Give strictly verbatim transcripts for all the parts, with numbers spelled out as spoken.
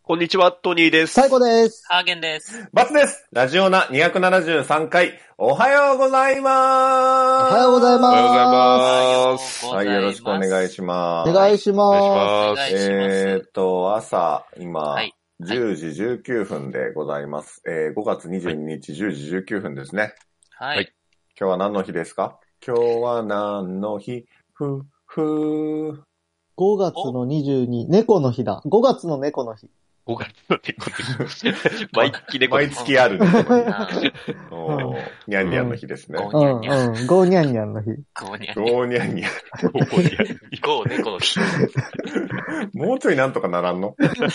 こんにちは、トニーです。 最後です。 ハーゲンです。 バツです。ラジオナにひゃくななじゅうさんかい、おはようございます。 おはようございます。 おはようございます。 はい、よろしくお願いします。 お願いします。 お願いします。 えーっと、朝、今、 はい、 じゅうじじゅうきゅうふんでございます。えー、ごがつにじゅうににちじゅうじじゅうきゅうふんですね。 はい。 今日は何の日ですか？今日は何の日？ふ、ふー。 ごがつのにじゅうに、猫の日だ。ごがつの猫の日。 ごがつの猫の日。毎月猫の日。 毎月あるね。 うんニャンニャンの日ですね。 うんうん。ゴーニャンニャンの日。 ゴーニャンニャン。 ゴーニャンニャン。 ゴーニャンニャン。 ゴー猫の日。 もうちょいなんとかならんの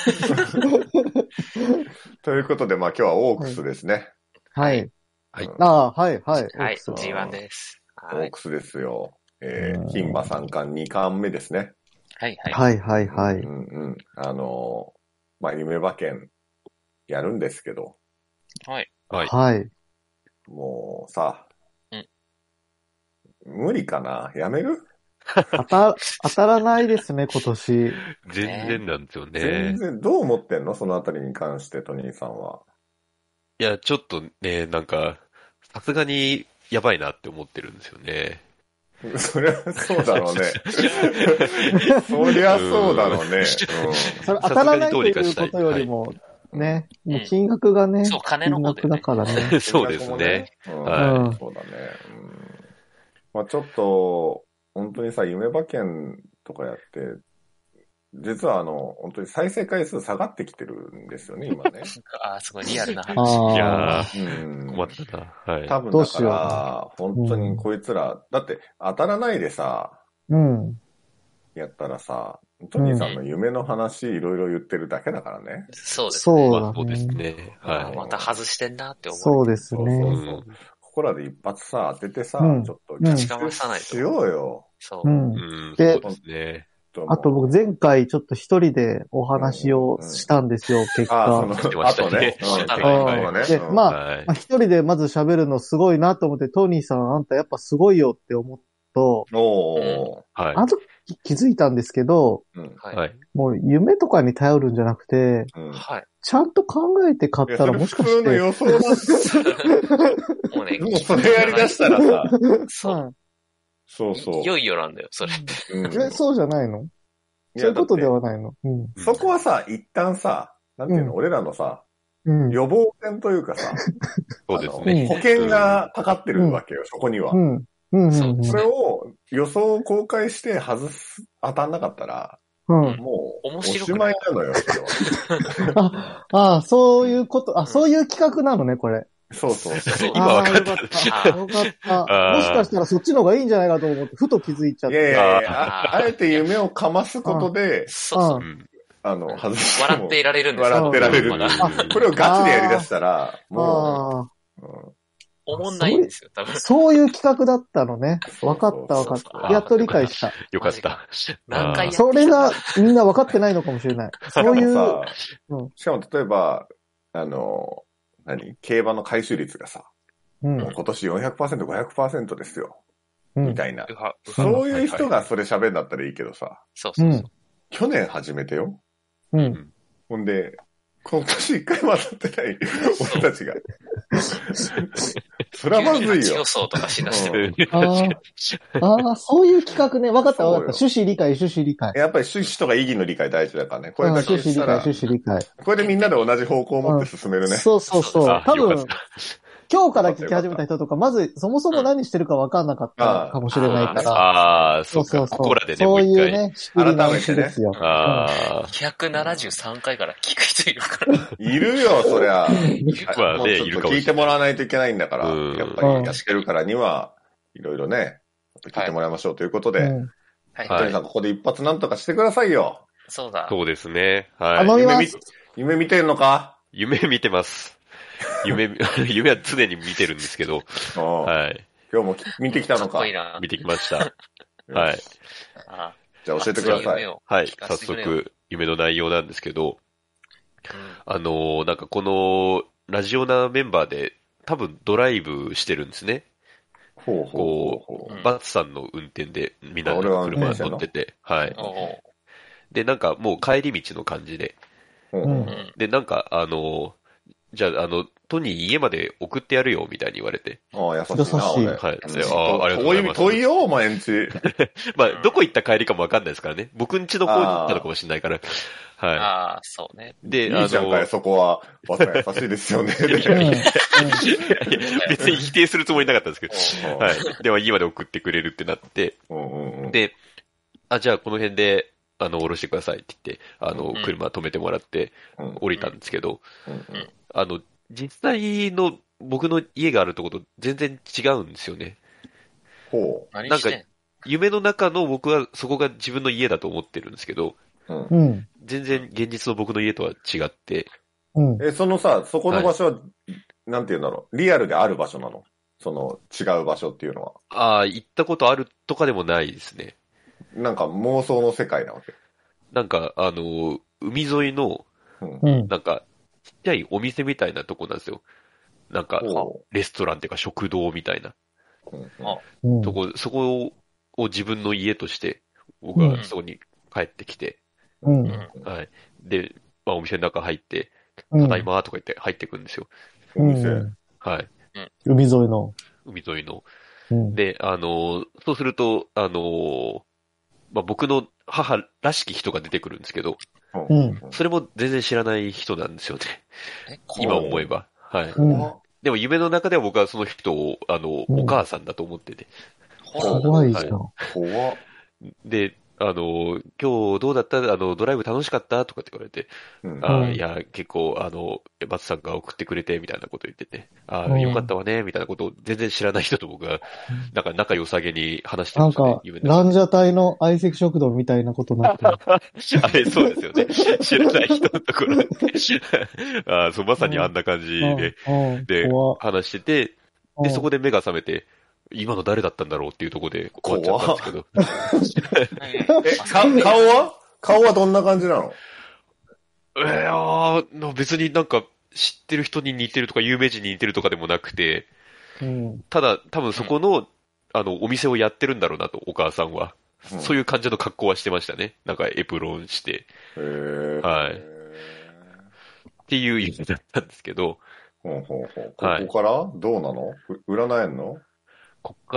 ということで、まあ今日はオークスですね。 はい。 はい。 ああ、はい、はい。 はい、 オークスジーワン です。 オークスですよ。えー、牝馬三冠に冠目ですね。 はいはい。 はい、はい、はい。 うんうん。あのー、まあ夢馬券やるんですけど。 はい。 はい。 はい。 もうさ、 うん、 無理かな？やめる？ 当た、当たらないですね、今年。 全然なんですよね。 全然、どう思ってんの？そのあたりに関して、トニーさんは。 いや、ちょっとね、なんか、さすがにやばいなって思ってるんですよね。 そりゃそうだろうね。そりゃそうだろうね。うん、 それ当たらないということよりも、ね、もう金額がね、 そう、金の方で、 金額だからね。 そうですね。 うん、 はい。 そうだね。うん、まあちょっと、本当にさ、夢馬券とかやって、実はあの、本当に再生回数下がってきてるんですよね、今ね。 ああ、すごいリアルな話。 いやー、 困ったな。はい。 多分だから、本当にこいつら、だって当たらないでさ、 うん。 やったらさ、トニーさんの夢の話いろいろ言ってるだけだからね。 そうですね。 そうだね。 そうですね。はい。 また外してんなって思う。 そうですね。 そうそうそう。ここらで一発さ、当ててさ、ちょっと、 立ちかまさないと。 しようよ。 そう。 うん。 で、そうですね。 あと僕前回ちょっと一人でお話をしたんですよ、結果。 あ、その、あとね。 で、まあ、一人でまず喋るのすごいなと思って、トニーさんあんたやっぱすごいよって思うと、あの時気づいたんですけど、もう夢とかに頼るんじゃなくて、ちゃんと考えて買ったらもしかして。 普通の予想だもうね、もうそれやりだしたらさ、 そう。 そうそう。 いよいよなんだよ、それ。 え、そうじゃないの？そういうことではないの？ そこはさ、一旦さ、なんていうの、俺らのさ、予防線というかさ、 そうですね。 保険がかかってるわけよ、そこには。それを予想を公開して外す、当たんなかったら、もう、おしまいなのよ、それは。 ああ、そういうこと、あ、そういう企画なのね、これ。 そうそうそう。 今わかった。 よかった。よかった。もしかしたらそっちの方がいいんじゃないかと思って、ふと気づいちゃって。 いやいやいや、あ、あえて夢をかますことで、 そうそう。 あの、外して笑っていられるんですよ。笑っていられる。これをガチでやり出したら、もう、 おもんないんですよ、多分。 そういう企画だったのね。わかったわかった。やっと理解した。 よかった。 何回やそれがみんなわかってないのかもしれない。そういう。 しかも例えば、あの、何？競馬の回収率がさ、うん、今年 よんひゃくパーセント、ごひゃくパーセント ですよ。うん、みたいな。そういう人がそれ喋んだったらいいけどさ。 そうそうそう。 去年始めてよ。 うん。 ほんで、今年一回も当たってない俺たちが。それはまずいよ。 予想とかしだしてる。 ああ、そういう企画ね。わかったわかった。趣旨理解、趣旨理解。 やっぱり趣旨とか意義の理解大事だからね。これだけ趣旨理解、趣旨理解。 これでみんなで同じ方向を持って進めるね。 そうそうそう。多分、今日から聞き始めた人とか、まず、そもそも何してるか分かんなかったかもしれないから。 ああ、そうそうそう。ここらでね、もう一回。 そういうね、仕組み直しですよ。 ひゃくななじゅうさんかいから聞く人いるから。 いるよ、そりゃ。 まあね、 いるかも。聞いてもらわないといけないんだから、やっぱりやってるからには、いろいろね、聞いてもらいましょうということで、はい。トニーさん、ここで一発なんとかしてくださいよ。 そうだ。 そうですね。はい。 夢見、 夢見てんのか？ 夢見てます。夢、夢は常に見てるんですけど、はい。 今日も見てきたのか？ かっこいいな。 見てきました。はい。 じゃあ教えてください。 はい。早速、夢の内容なんですけど、あのー、なんかこの、ラジオナメンバーで、多分ドライブしてるんですね。 ほうほうほう。 こう、バツさんの運転で、みんなで車乗ってて、はい。で、なんかもう帰り道の感じで、 うん、で、なんか、あの、じゃあ、あの、トニー家まで送ってやるよ、みたいに言われて。 ああ、優しいな、俺。 はい。ああ、ありがとうございます。 遠いよ、お前んち。 まあ、どこ行った帰りかもわかんないですからね。僕んちの方に行ったのかもしれないから。はい。 ああ、そうね。 で、 いいじゃんかよ、そこは。わさ優しいですよね。 別に否定するつもりなかったんですけど。はい。では、家まで送ってくれるってなって。で、あ、じゃあこの辺で、あの、降ろしてくださいって言って、あの、車止めてもらって、降りたんですけど、あの、実際の僕の家があるところと全然違うんですよね。 ほう。なんか、 夢の中の僕はそこが自分の家だと思ってるんですけど、 うん、 全然現実の僕の家とは違って。 うん、 え、そのさ、そこの場所は、はい、なんて言うんだろう、リアルである場所なの？その違う場所っていうのは。 ああ、行ったことあるとかでもないですね。 なんか妄想の世界なわけ。 なんか、あの、海沿いの、 うん、 なんか、ちっちゃいお店みたいなとこなんですよ。なんか、レストランっていうか食堂みたいな。 うん、 そこ、そこを自分の家として、僕はそこに帰ってきて、 うん、 はい。で、まあ、お店の中入って、ただいまーとか言って入ってくんですよ。 お店、 はい。 海沿いの。 海沿いの。 うん、 で、あの、そうすると、あの、まあ、僕の母らしき人が出てくるんですけど、 うん、 それも全然知らない人なんですよね。今思えば。はい。 うん、 でも夢の中では僕はその人を、あの、うん、お母さんだと思ってて。 怖いじゃん。 怖っ。 で、あの、今日どうだったあの、ドライブ楽しかったとかって言われて、うん、あいや、結構、あの、松さんが送ってくれて、みたいなこと言ってて、ああ、よかったわね、みたいなことを全然知らない人と僕が、なんか仲良さげに話してましたね。 なんか、ランジャタイの相席食堂みたいなことになってる。 あれ、そうですよね。知らない人のところで。あそう、まさにあんな感じで、で、話してて、で、そこで目が覚めて、今の誰だったんだろうっていうところで終わっちゃったんですけど。 え、か、顔は顔はどんな感じなの？ えー、別になんか知ってる人に似てるとか有名人に似てるとかでもなくて、うん、ただ多分そこの、うん、あの、お店をやってるんだろうなと、お母さんは。うん、そういう感じの格好はしてましたね。なんかエプロンして。 へーはい。っていう意味だったんですけど。 ほうほうほう。ここから、はい、どうなの？占えんの？ こっから、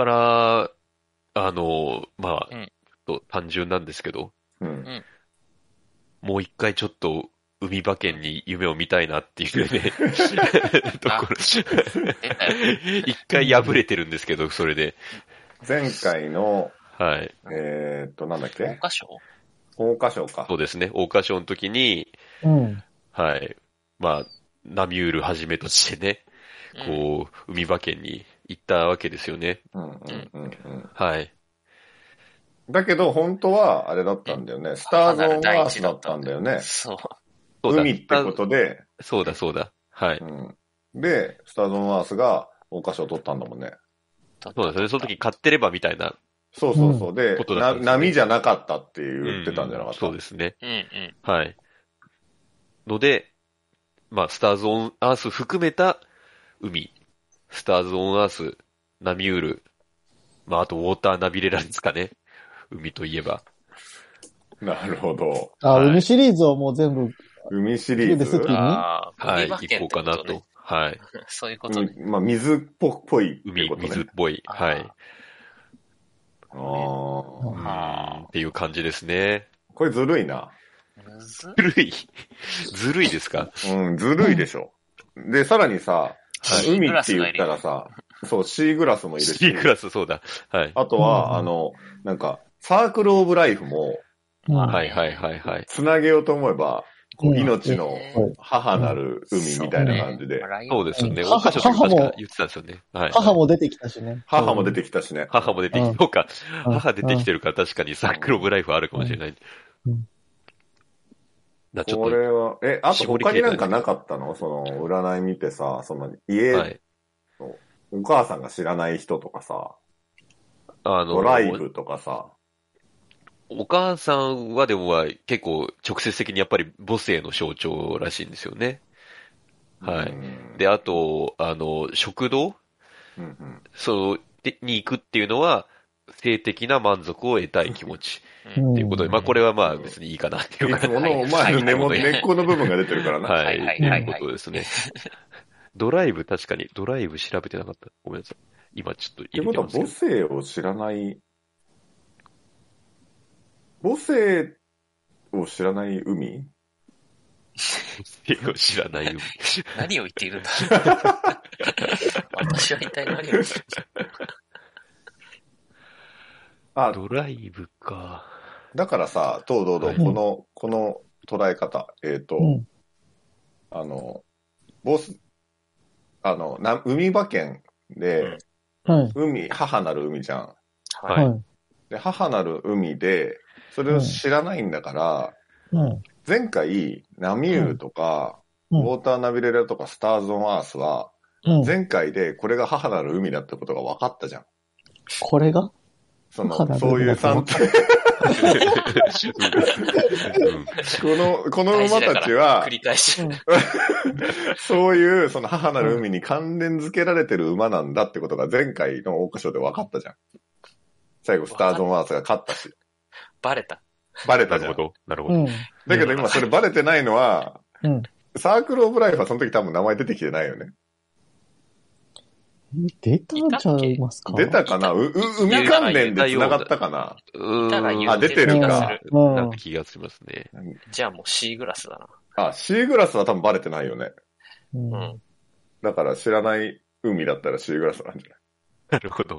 あの、まあ、うん、と単純なんですけど、うん、もう一回ちょっと海馬券に夢を見たいなっていうね、ところ。一回破れてるんですけど、それで。 前回の、 はい。 えー、っと、なんだっけ？ 桜花賞？ 桜花賞か。 そうですね。桜花賞の時に、 うん、 はい。まあ、ナミュールはじめとしてね、こう、海馬券に行ったわけですよね。 うんうんうんうん。 はい。 だけど、本当は、あれだったんだよね。スターズ・オン・アースだったんだよね。 そう。 海ってことで。 そうだ、そうだ。はい。 うん、で、スターズ・オン・アースが桜花賞を取ったんだもんね。 そうなんですよね。その時買ってればみたいな。 そうそうそう。で、うん、な波じゃなかったって言ってたんじゃなかった、 うんうん、そうですね。 うんうん。 はい。ので、まあ、スターズ・オン・アース含めた海、スターズ・オン・アース、ナミュール、まあ、あとウォーターナビレラですかね。海といえば。 なるほど。 あ、はい、海シリーズをもう全部。 海シリーズああ、 はい、行こうかなと。はい。 そういうことね。 まあ、水っぽい、 海、水っぽい。はい。 ああ。 っていう感じですね。 これずるいな。 ずるいずるいですか？ うん、ずるいでしょ。で、さらにさ、はい、海って言ったらさ、そう、シーグラスもいるし。 シーグラス、そうだ。はい。 あとは、うん、あの、なんか、サークルオブライフも、 うん、はいはいはいはい。 つなげようと思えば、こう命の母なる海みたいな感じで。 そうですね。おかしょ確か言ってたんですよね。はい。 母も出てきたしね。 母も出てきたしね。 母も出てきた。そうか。母出てきてるから確かにサークルオブライフあるかもしれない。 これは、え、あと他になんかなかったの？その、占い見てさ、その、家の、お母さんが知らない人とかさ、あの、ドライブとかさ、 お母さんはでもは結構直接的にやっぱり母性の象徴らしいんですよね。はい。で、あと、あの、食堂、うんうん、そう、に行くっていうのは、性的な満足を得たい気持ち。 っていうことで、まあこれはまあ別にいいかなっていうか。 いつもの、まあ根元、根っこの部分が出てるからな。 はい。はい。はい。ということですね。ドライブ、確かに、ドライブ調べてなかった。ごめんなさい。今ちょっと入れてますけど。 ってことは母性を知らない、母性を知らない海母性を知らない海。 何を言っているんだ私は一体何を言っているんだあ、 ドライブか。 だからさ、どうどうどう、この、この捉え方、えっと、うん、あの、ボス、あの、な海馬券で、うん、海、母なる海じゃん。 はい。 で、母なる海で、それを知らないんだから、うん、前回、ナミュールとか、うん、ウォーターナビレラとかスターズ・オン・アースは、うん、前回でこれが母なる海だってことが分かったじゃん。 これがその、そういう三点。この、この馬たちは、繰り返し。そういう、その母なる海に関連付けられてる馬なんだってことが前回の桜花賞で分かったじゃん。最後、スターズ・オン・アースが勝ったし。 バレた。 バレたじゃん。 なるほど。なるほど。うん、 だけど今それバレてないのは、うん、サークル・オブ・ライフはその時多分名前出てきてないよね。 出たんちゃいますか？ 出たかな？う、う、海関連で繋がったかな？ うーん。 あ、出てるか。 なんて気がしますね。 じゃあもうシーグラスだな。 あ、シーグラスは多分バレてないよね。 うん。 だから知らない海だったらシーグラスなんじゃない？ なるほど。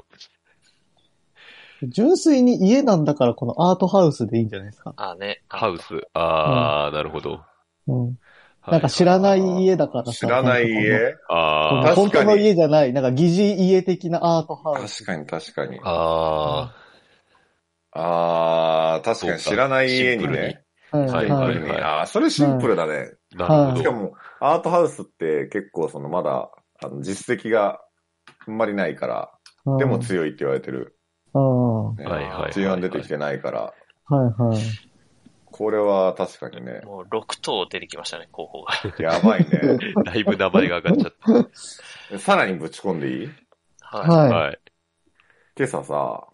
純粋に家なんだからこのアートハウスでいいんじゃないですか。 あね。 ハウス。あー、うん、なるほど。 うん。なんか知らない家だからさ。 知らない家ああ。本当の家じゃない、なんか疑似家的なアートハウス。確かに確かに。 ああ。ああ、確かに知らない家にね。 はいはいはい。 ああ、それシンプルだね。 なるほど。 しかも、アートハウスって結構そのまだ、あの実績があんまりないから、でも強いって言われてる。 ああ。 はいはい。 じゅうよん出てきてないから。 はいはい。 これは確かにね。 もうろく頭出てきましたね、候補が。 やばいね。 だいぶ名前が上がっちゃった。 さらにぶち込んでいい？ はい。 はい。 今朝さ、 はい。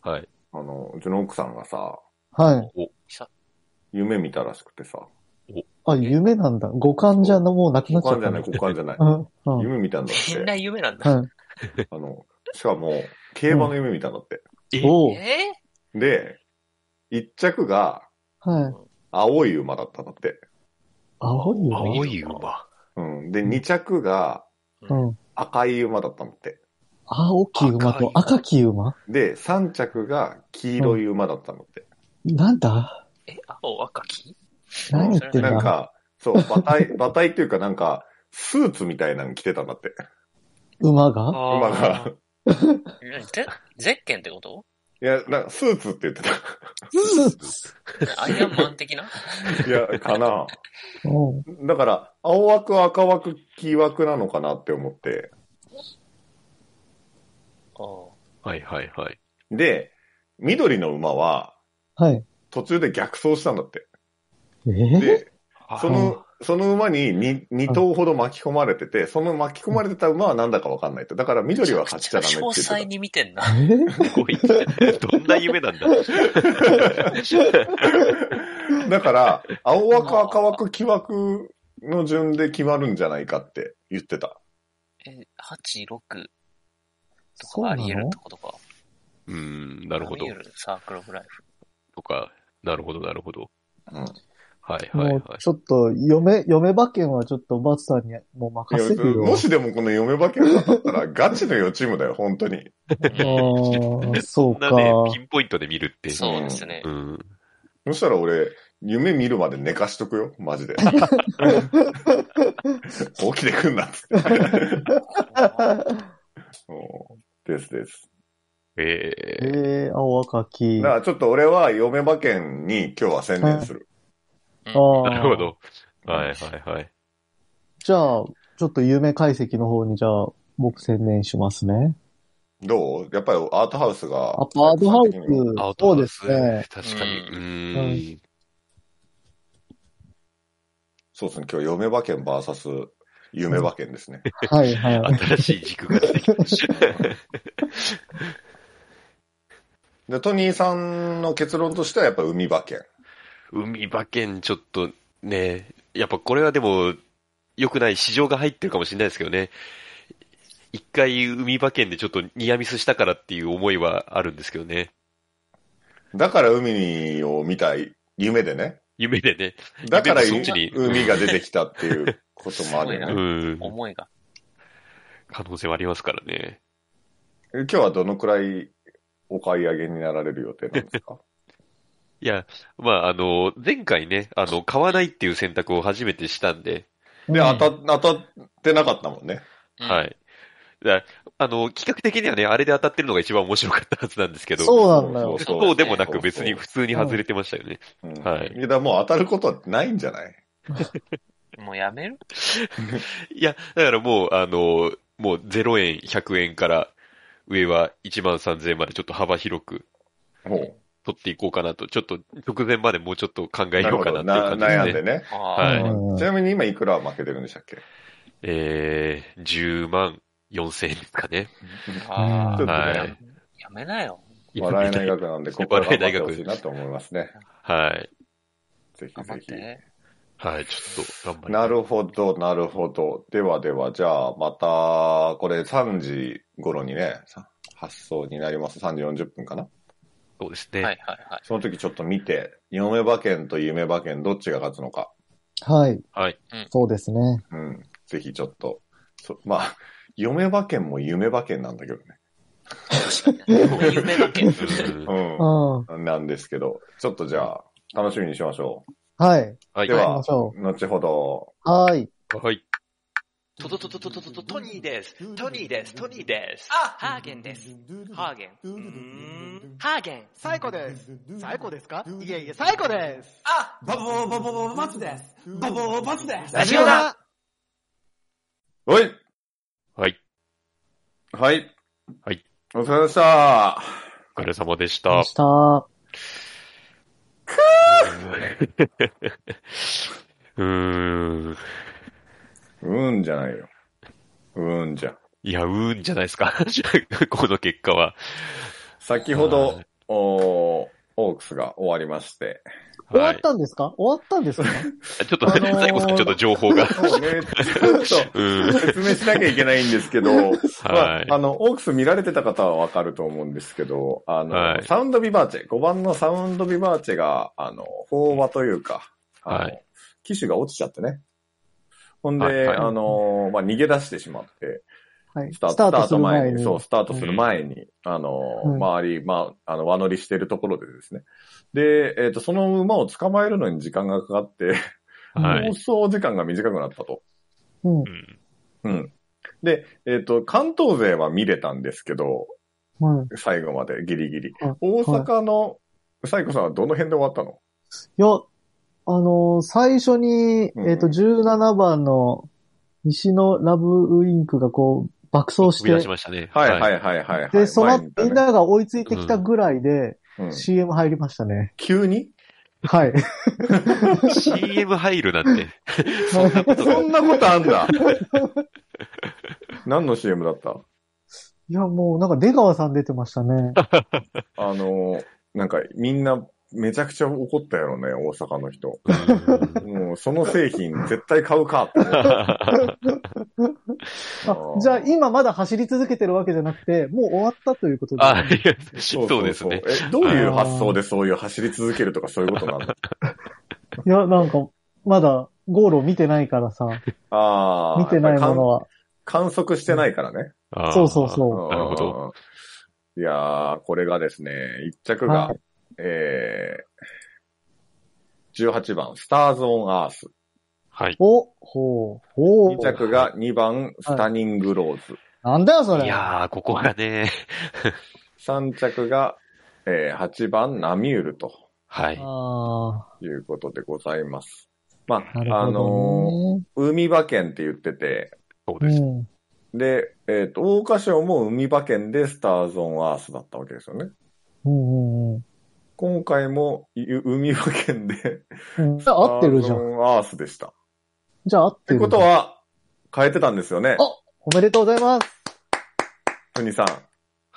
はい。 あの、うちの奥さんがさ、 はい。 お夢見たらしくてさ。 あ、夢なんだ。五感じゃのもうなくなっちゃった。 五感じゃない、五感じゃない。うん、夢見たんだって。 みんな夢なんだ。 はい。 あの、しかも、競馬の夢見たんだって。 うん、えー、で、一着が、 はい。 青い馬だったんだって。 青い馬青い馬。 うん。で、二着が、赤い馬だったんだって。 青き馬と赤き馬で、三着が黄色い馬だったんだって。 うん、なんだえ、青赤黄何言ってんだなんか、そう、馬体、馬体っていうかなんか、スーツみたいなの着てたんだって。 馬が馬が。 ゼゼッケンってこと？ いや、なんか、スーツって言ってた。 スーツアイアンマン的な？ いや、かな。だから、青枠、赤枠、黄枠なのかなって思って。 あはいはいはい。 で、緑の馬は、 はい。 途中で逆走したんだって。 えー、 で、その、その馬に 2, 2頭ほど巻き込まれてて、その巻き込まれてた馬はなんだかわかんないと。だから緑は勝っちゃダメって言ってた。 詳細に見てんな。 すごい。どんな夢なんだ。 だから、青枠、赤枠、黄枠の順で決まるんじゃないかって言ってた。 え、はち、ろくとかあり得るってことか。 うーん、なるほど。 あり得るサークルオブライフ。 とか、なるほどなるほど。 うん。 はいはいはい。 もうちょっと、嫁、嫁馬券はちょっとバツさんにもう任せるよ。 もしでもこの嫁馬券が当たったらガチの予チームだよ、本当に。 ああ、そうか。 そんなね、ピンポイントで見るって。 そうですね。 うん。 そしたら俺、夢見るまで寝かしとくよ、マジで。起きてくんなっつって。ですです。 えー、 えー、青赤黄。 だからちょっと俺は嫁馬券に今日は専念する。 ああ。 なるほど。はいはいはい。 じゃあ、ちょっと夢解析の方にじゃあ、僕専念しますね。 どう？やっぱりアートハウスが。 アートハウス。そうですね。 確かに。うーん。 そうですね。今日嫁馬券 ブイエス 夢馬券ですね。 はいはい。 新しい軸が出てきました。 で、トニーさんの結論としてはやっぱ海馬券。 海馬券ちょっとね、やっぱこれはでも、良くない市場が入ってるかもしれないですけどね。一回海馬券でちょっとニアミスしたからっていう思いはあるんですけどね。 だから海を見たい夢でね。 夢でね。 だから海が出てきたっていうこともあるよね。 うん。思いが。 可能性はありますからね。 今日はどのくらいお買い上げになられる予定なんですか？ いや、まあ、あの、前回ね、あの、買わないっていう選択を初めてしたんで。 で、当た、当たってなかったもんね。 はい。だあの、企画的にはね、あれで当たってるのが一番面白かったはずなんですけど。 そうなんだよ。 そうでもなく別に普通に外れてましたよね。 うん、はい。いや、だもう当たることはないんじゃない？ もうやめる？ いや、だからもう、あの、もうゼロえん、ひゃくえんから上はいちまんさんぜんえんまでちょっと幅広く取っていこうかなと、ちょっと直前までもうちょっと考えようかなっていう感じですね。 悩んでね。 はい。 ちなみに今いくら負けてるんでしたっけ？ えー、じゅうまんよんせんえんですかね。 ああ、はい。やめなよ。 笑えない額なんで、ここは頑張ってほしいなと思いますね。 はい。 ぜひぜひ。 はい、ちょっと頑張りなるほど、なるほど。ではでは、じゃあ、また、これさんじ頃にね、発送になります。さんじよんじゅっぷんかな？ そうですね。 はいはいはい。 その時ちょっと見て、嫁馬券と夢馬券どっちが勝つのか。 はい。 はい。 そうですね。 うん。ぜひちょっと、そまあ、嫁馬券も夢馬券なんだけどね。 夢馬券。 うん。なんですけど、ちょっとじゃあ、楽しみにしましょう。 はい。 はい。 では、後ほど。 はい。 はい。 トトトトトトトトトニーです。トニーです。トニーです。 あ、ハーゲンです。ハーゲン。うーん。ハーゲン。 最高です。最高ですか？いえいえ、最高です。あ、バボーバボーバツです。バボーバツです。 ラジオだ。 おい。 はい。 はい。 はい。 お疲れ様でした。 お疲れ様でした。 でした。 くーうーん。 うーんじゃないよ。うーんじゃ。 いや、うーんじゃないですか。この結果は。 先ほど、おオークスが終わりまして。 終わったんですか、はい、終わったんですかちょっと、あのー、最後さんちょっと情報が。 そうね、ちょっと説明しなきゃいけないんですけど、はいまあ、あの、オークス見られてた方はわかると思うんですけど、あの、はい、サウンドビバーチェ、ごばんのサウンドビバーチェが、あの、飽和というか、あの、はい、機種が落ちちゃってね。ほんで、はいはい、あの、まあ、逃げ出してしまって、 はい、 スタート前に、そう、スタートする前に、うん、あの、うん、周り、まあ、あの、輪乗りしているところでですね。で、えっと、その馬を捕まえるのに時間がかかって、はい、放送時間が短くなったと。 うん。 うん。で、えっと、関東勢は見れたんですけど、 うん、 最後までギリギリ。大阪の、サイコさんはどの辺で終わったの？ いや、あのー、最初に、えっと、じゅうななばんの西のラブウインクがこう、爆走して。 飛び出しましたね。 はいはいはいはい、はい。 で、その後、みんなが追いついてきたぐらいで、うん、シーエム 入りましたね。 急に？ はい。 シーエム 入るなんて。 そんなこと、そんなことあんだ。何の シーエム だった？ いや、もうなんか出川さん出てましたね。 あの、なんかみんなめちゃくちゃ怒ったやろね、大阪の人。もうその製品絶対買うかってあ。じゃあ今まだ走り続けてるわけじゃなくて、もう終わったということですね。 あ、いや、そうですね。 え、どういう発想でそういう走り続けるとかそういうことなんだ？ いや、なんか、まだゴールを見てないからさ。 ああ。 見てないものは。 観測してないからね。 うん、そうそうそう。なるほど。 いやー、これがですね、一着が、はい、えー、じゅうはちばん、スターズ・オン・アース。 はい。 お、ほう、ほう。 に着がにばん、スタニング・ローズ。はい、 なんだよ、それ。 いやー、ここがね。 さん着が、えー、はちばん、ナミュールと。 はい。 あいうことでございます。まあ、 ね、 あのー、海馬券って言ってて、 そうです。 うん、 で、えっ、ー、と、桜花賞も海馬券でスターズ・オン・アースだったわけですよね。 うんうんうん、 今回も海馬券で、 うん、合ってるじゃん。 スターズ・オン・アースでした。 じゃあ合ってる。 ってことは、変えてたんですよね。 あ、おめでとうございます。 ふにさん。 はい。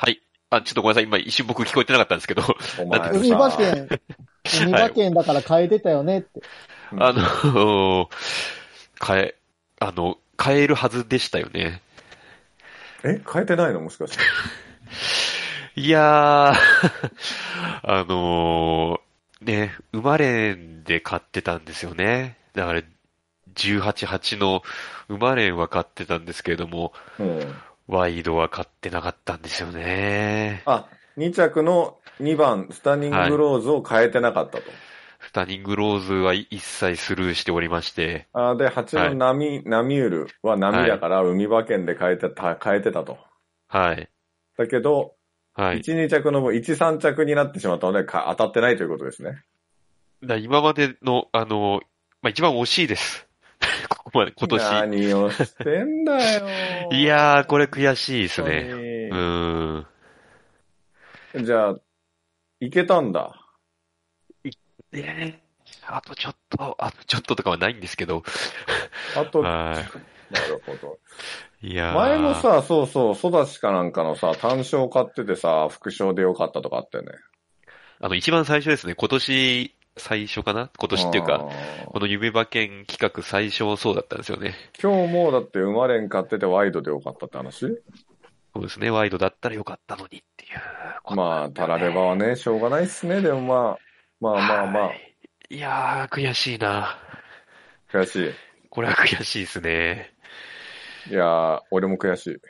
あ、ちょっとごめんなさい。今一瞬僕聞こえてなかったんですけど。 海馬券、海馬券だから変えてたよねって。 はい、あの、変え、あの、変えるはずでしたよね。 え変えてないのもしかして。 いやー、あのー、ね、生まれんで買ってたんですよね。だから、じゅうはち、はちの生まれんは買ってたんですけれども、うん、ワイドは買ってなかったんですよね。 あ、に着のにばん、スタニングローズを変えてなかったと。はい、 スタニングローズは一切スルーしておりまして。 あで、はちのナミ、はい、ナミュールは波だから、海馬券で変えてた、変えてたと。 はい。 だけど、はい、いち、に着の分、いち、さん着になってしまったので、当たってないということですね。 だ今までの、あの、まあ、一番惜しいです。ここまで、今年。 何をしてんだよ。 いやー、これ悔しいですね。うーん。 じゃあ、いけたんだ。 い、えー、あとちょっと、あとちょっととかはないんですけど。 あと、 はい。 なるほど。 いや前もさ、そうそう、ソダシかなんかのさ、単勝買っててさ、副賞でよかったとかあったよね。 あの、一番最初ですね、今年最初かな今年っていうか、この夢馬券企画最初そうだったんですよね。 今日もだって生まれん買っててワイドでよかったって話？ そうですね、ワイドだったらよかったのにっていうこと、 ね。まあ、たらればはね、しょうがないっすね、でもまあ、まあまあまあ。 いやー、悔しいな。 悔しい。 これは悔しいですね。 いやー、俺も悔しい。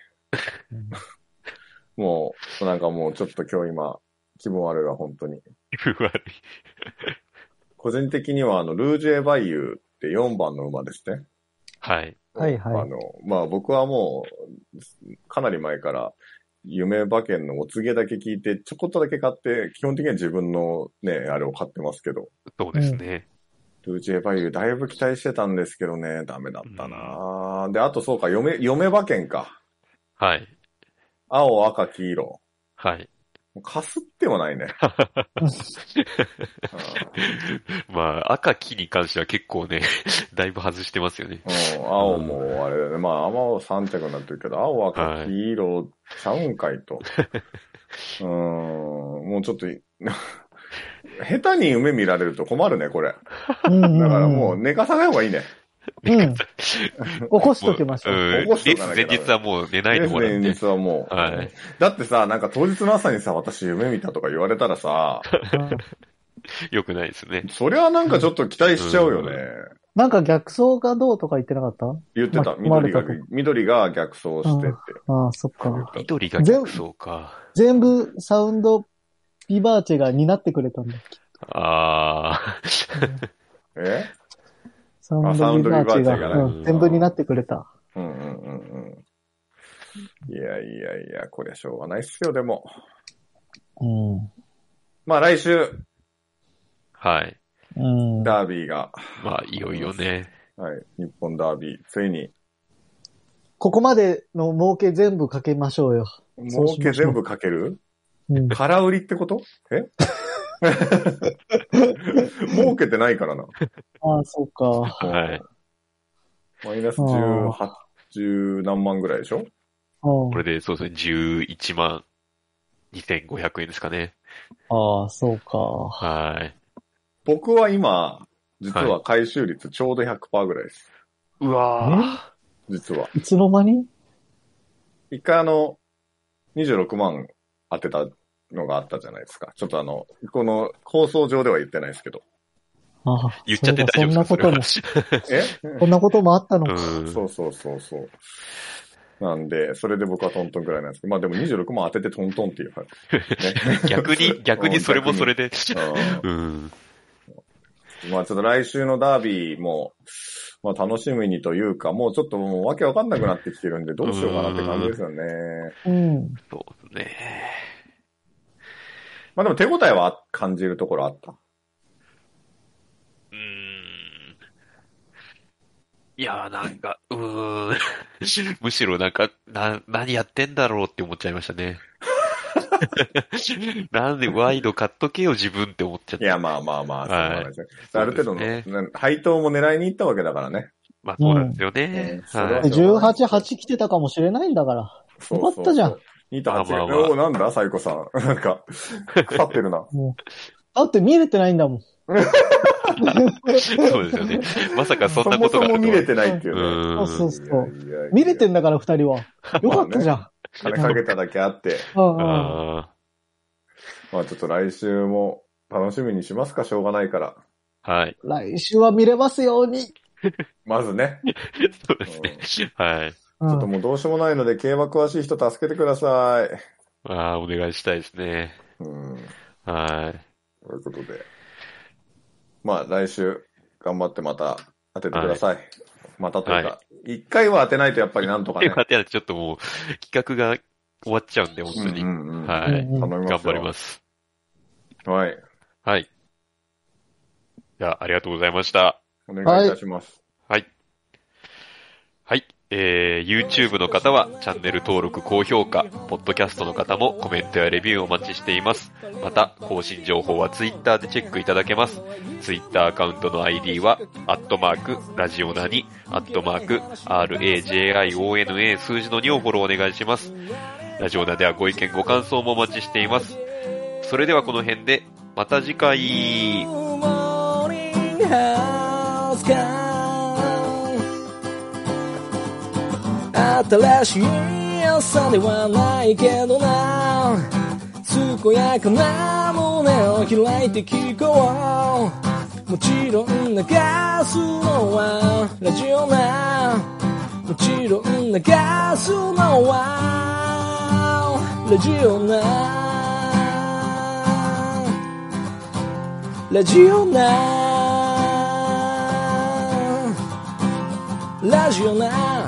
もう、なんかもうちょっと今日今、気分悪いわ、本当に。 気分悪い。 個人的には、あの、ルージェバイユーってよんばんの馬ですね。 はい。 はいはい。 あの、まあ僕はもう、かなり前から、夢馬券のお告げだけ聞いて、ちょこっとだけ買って、基本的には自分のね、あれを買ってますけど。 そうですね。 ルージェバイユーだいぶ期待してたんですけどね、ダメだったな、うん、で、あとそうか、嫁、嫁馬券か。 はい。 青、赤、黄色。 はい。 かすってもないね。 まあ、赤、黄に関しては結構ね、だいぶ外してますよね。 うん、青もあれだね。まあ、青さん着になってるけど、青、赤、黄色、ちゃうんかいと。うーん、もうちょっと、下手に夢見られると困るね、これ。だからもう寝かさない方がいいね。 うん。起こしときましょう。 うん、起こしとかなきゃ。前日はもう寝ないでもらって。 前日はもう。 はい。 だってさ、なんか当日の朝にさ、私夢見たとか言われたらさ、 よくないですね。 そりゃなんかちょっと期待しちゃうよね。うん、 なんか逆走がどうとか言ってなかった？ 言ってた。緑が、緑が逆走してって。 ああ、そっか。 緑が逆走か。 全部サウンドビバーチェが担ってくれたんだ。 ああ。 えサウンドビバーチェが、うん、全部担ってくれた。 うんうんうんうん。いやいやいや、こりゃしょうがないっすよ、でも。 うん。 まあ来週。 はい。 うん。 ダービーが。 まあいよいよね。 はい。日本ダービー、ついに。 ここまでの儲け全部かけましょうよ。 儲け全部かける？うん。空売りってこと？え儲けてないからな。 ああ、そうか。 はい。 マイナスじゅうはち、じゅう何万ぐらいでしょ？ これでそうですね、じゅういちまんにせんごひゃくえんですかね。 ああ、そうか。 はい。 僕は今、実は回収率ちょうど ひゃくパーセント ぐらいです。 うわぁ。実は。 いつの間に？ 一回あの、にじゅうろくまん当てたのがあったじゃないですか。ちょっとあの、この放送上では言ってないですけど。 ああ、 言っちゃって大丈夫ですか？ そんなことも。えこんなこともあったのか。 そうそうそうそう。なんで、それで僕はトントンくらいなんですけど、まあでもにじゅうろくまん当ててトントンっていう、ね、 逆に、逆にそれもそれで。うん、 まあちょっと来週のダービーも、まあ楽しみにというか、もうちょっともうわけわかんなくなってきてるんで、どうしようかなって感じですよね。 うん。 そうですね。 まあでも手応えは感じるところあった。 うーん。いやーなんか、うーん。むしろなんか、な、何やってんだろうって思っちゃいましたね。なんでワイド買っとけよ自分って思っちゃった。 いや、まあまあまあ、そうなんですね。はい、ある程度の、ね、配当も狙いに行ったわけだからね。 まあそうなんですよね。 うんはい、じゅうはち、はち来てたかもしれないんだから。よかったじゃん。 にとはち。まあまあまあ、おなんだサイコさん。なんか、腐ってるな。 だって見れてないんだもん。 そうですよね。まさかそんなことがあるとは。 そもそも見れてないっていうね。 うそうそうそう。見れてんだから二人は。よかったじゃん。まあね、金かけただけあって。あまあちょっと来週も楽しみにしますか、しょうがないから。 はい。 来週は見れますように。 まずね。 そうですね。はい。ちょっともうどうしようもないので、競馬詳しい人助けてください。 ああ、お願いしたいですね。 うん。 はい。 ということで。まあ来週頑張ってまた当ててください。はい、またというか、一、はい、回は当てないとやっぱりなんとかね。 一回は当てないとちょっともう企画が終わっちゃうんで、本当に。うんうんうん、はい。頼みます。頑張ります。 はい。 はい。じゃあ、ありがとうございました。 お願いいたします。 はい。はい。えー、YouTube の方はチャンネル登録、高評価、ポッドキャストの方もコメントやレビューをお待ちしています。また、更新情報は Twitter でチェックいただけます。Twitter アカウントの アイディー は、アットマーク、ラジオナに、アットマーク、アールエージェーアイオーエヌエー 数字のにをフォローお願いします。ラジオナではご意見ご感想もお待ちしています。それではこの辺で、また次回。新しい朝ではないけどな、健やかな胸を開いて聞こう。もちろん流すのはラジオな、もちろん流すのはラジオな、ラジオな、ラジオな。